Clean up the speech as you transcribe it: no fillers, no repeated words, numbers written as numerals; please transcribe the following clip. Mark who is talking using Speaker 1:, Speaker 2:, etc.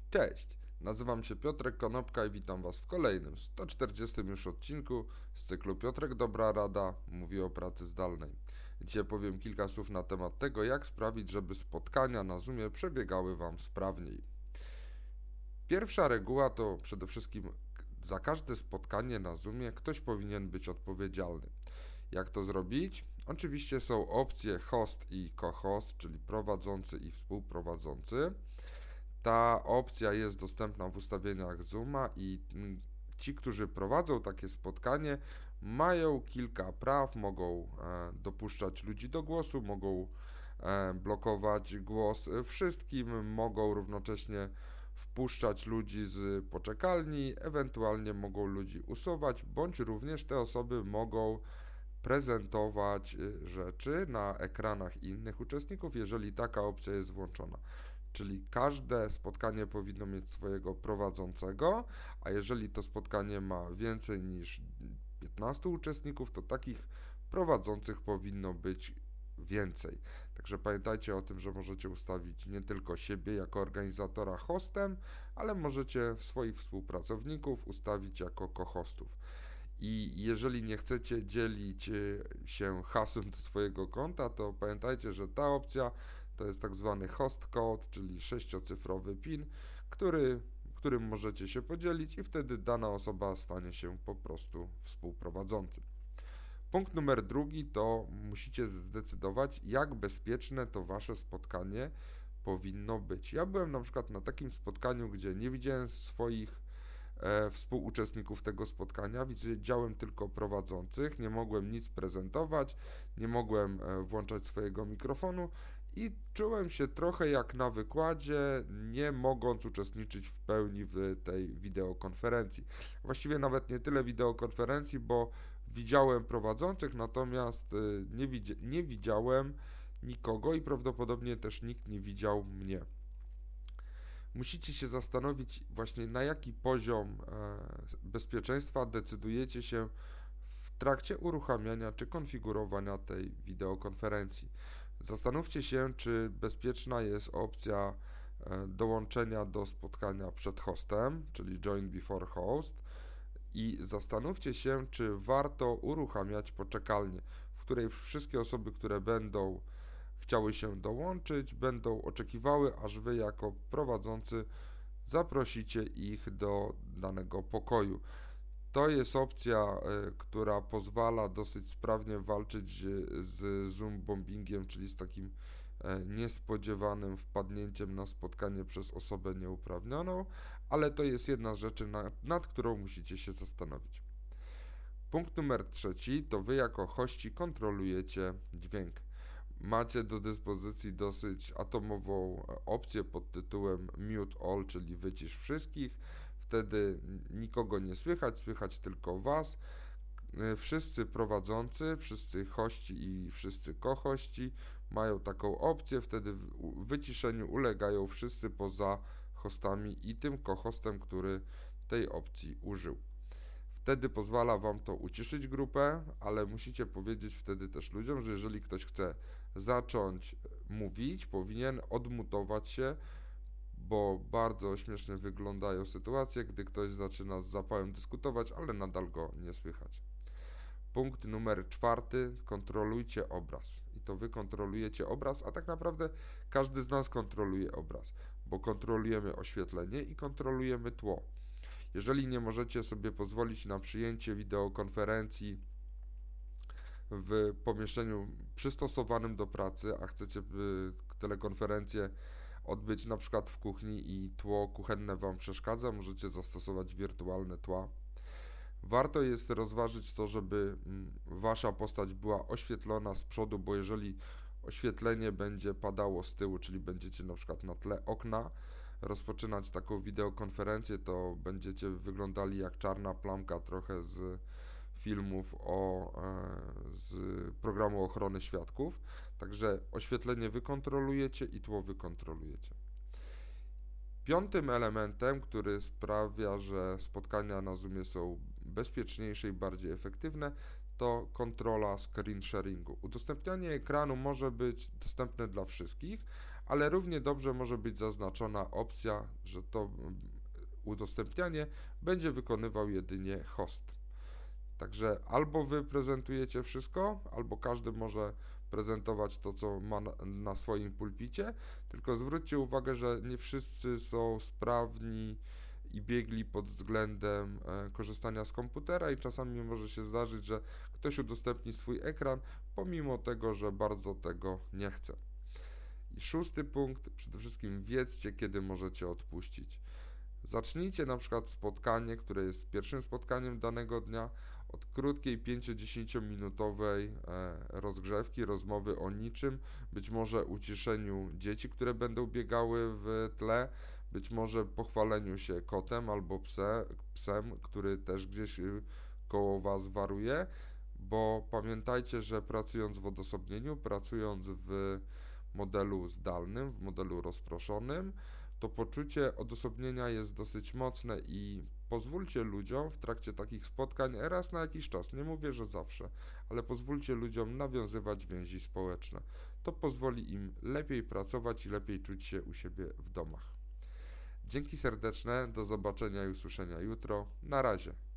Speaker 1: Cześć, nazywam się Piotrek Konopka i witam Was w kolejnym, 140 już odcinku z cyklu Piotrek Dobra Rada mówi o pracy zdalnej. Dzisiaj powiem kilka słów na temat tego, jak sprawić, żeby spotkania na Zoomie przebiegały Wam sprawniej. Pierwsza reguła to przede wszystkim za każde spotkanie na Zoomie ktoś powinien być odpowiedzialny. Jak to zrobić? Oczywiście są opcje host i co-host, czyli prowadzący i współprowadzący. Ta opcja jest dostępna w ustawieniach Zooma i ci, którzy prowadzą takie spotkanie, mają kilka praw, mogą dopuszczać ludzi do głosu, mogą blokować głos wszystkim, mogą równocześnie wpuszczać ludzi z poczekalni, ewentualnie mogą ludzi usuwać, bądź również te osoby mogą prezentować rzeczy na ekranach innych uczestników, jeżeli taka opcja jest włączona. Czyli każde spotkanie powinno mieć swojego prowadzącego, a jeżeli to spotkanie ma więcej niż 15 uczestników, to takich prowadzących powinno być więcej. Także pamiętajcie o tym, że możecie ustawić nie tylko siebie jako organizatora hostem, ale możecie swoich współpracowników ustawić jako co-hostów. I jeżeli nie chcecie dzielić się hasłem do swojego konta, to pamiętajcie, że ta opcja to jest tak zwany host code, czyli 6-cyfrowy PIN, którym możecie się podzielić i wtedy dana osoba stanie się po prostu współprowadzącym. Punkt numer drugi to musicie zdecydować, jak bezpieczne to wasze spotkanie powinno być. Ja byłem na przykład na takim spotkaniu, gdzie nie widziałem swoich współuczestników tego spotkania, widziałem tylko prowadzących, nie mogłem nic prezentować, nie mogłem włączać swojego mikrofonu i czułem się trochę jak na wykładzie, nie mogąc uczestniczyć w pełni w tej wideokonferencji. Właściwie nawet nie tyle wideokonferencji, bo widziałem prowadzących, natomiast nie widziałem nikogo i prawdopodobnie też nikt nie widział mnie. Musicie się zastanowić właśnie, na jaki poziom bezpieczeństwa decydujecie się w trakcie uruchamiania czy konfigurowania tej wideokonferencji. Zastanówcie się, czy bezpieczna jest opcja dołączenia do spotkania przed hostem, czyli join before host, i zastanówcie się, czy warto uruchamiać poczekalnię, w której wszystkie osoby, które będą chciały się dołączyć, będą oczekiwały, aż Wy jako prowadzący zaprosicie ich do danego pokoju. To jest opcja, która pozwala dosyć sprawnie walczyć z Zoom bombingiem, czyli z takim niespodziewanym wpadnięciem na spotkanie przez osobę nieuprawnioną, ale to jest jedna z rzeczy, nad którą musicie się zastanowić. Punkt numer trzeci to Wy jako hości kontrolujecie dźwięk. Macie do dyspozycji dosyć atomową opcję pod tytułem Mute All, czyli wycisz wszystkich. Wtedy nikogo nie słychać, słychać tylko Was. Wszyscy prowadzący, wszyscy hości i wszyscy co-hości mają taką opcję, wtedy wyciszeniu ulegają wszyscy poza hostami i tym co-hostem, który tej opcji użył. Wtedy pozwala Wam to uciszyć grupę, ale musicie powiedzieć wtedy też ludziom, że jeżeli ktoś chce zacząć mówić, powinien odmutować się, bo bardzo śmiesznie wyglądają sytuacje, gdy ktoś zaczyna z zapałem dyskutować, ale nadal go nie słychać. Punkt numer czwarty, kontrolujcie obraz. I to Wy kontrolujecie obraz, a tak naprawdę każdy z nas kontroluje obraz, bo kontrolujemy oświetlenie i kontrolujemy tło. Jeżeli nie możecie sobie pozwolić na przyjęcie wideokonferencji w pomieszczeniu przystosowanym do pracy, a chcecie telekonferencję odbyć na przykład w kuchni i tło kuchenne Wam przeszkadza, możecie zastosować wirtualne tła. Warto jest rozważyć to, żeby Wasza postać była oświetlona z przodu, bo jeżeli oświetlenie będzie padało z tyłu, czyli będziecie na przykład na tle okna rozpoczynać taką wideokonferencję, to będziecie wyglądali jak czarna plamka trochę z filmów z programu ochrony świadków. Także oświetlenie Wy kontrolujecie i tło Wy kontrolujecie. Piątym elementem, który sprawia, że spotkania na Zoomie są bezpieczniejsze i bardziej efektywne, to kontrola screen sharingu. Udostępnianie ekranu może być dostępne dla wszystkich, ale równie dobrze może być zaznaczona opcja, że to udostępnianie będzie wykonywał jedynie host. Także albo wy prezentujecie wszystko, albo każdy może prezentować to, co ma na swoim pulpicie, tylko zwróćcie uwagę, że nie wszyscy są sprawni i biegli pod względem korzystania z komputera i czasami może się zdarzyć, że ktoś udostępni swój ekran, pomimo tego, że bardzo tego nie chce. I 6. punkt, przede wszystkim wiedzcie, kiedy możecie odpuścić. Zacznijcie na przykład spotkanie, które jest pierwszym spotkaniem danego dnia, od krótkiej 5-10 minutowej rozgrzewki, rozmowy o niczym, być może uciszeniu dzieci, które będą biegały w tle, być może pochwaleniu się kotem albo psem, który też gdzieś koło was waruje, bo pamiętajcie, że pracując w odosobnieniu, pracując w modelu zdalnym, w modelu rozproszonym, to poczucie odosobnienia jest dosyć mocne i pozwólcie ludziom w trakcie takich spotkań raz na jakiś czas, nie mówię, że zawsze, ale pozwólcie ludziom nawiązywać więzi społeczne. To pozwoli im lepiej pracować i lepiej czuć się u siebie w domach. Dzięki serdeczne, do zobaczenia i usłyszenia jutro. Na razie.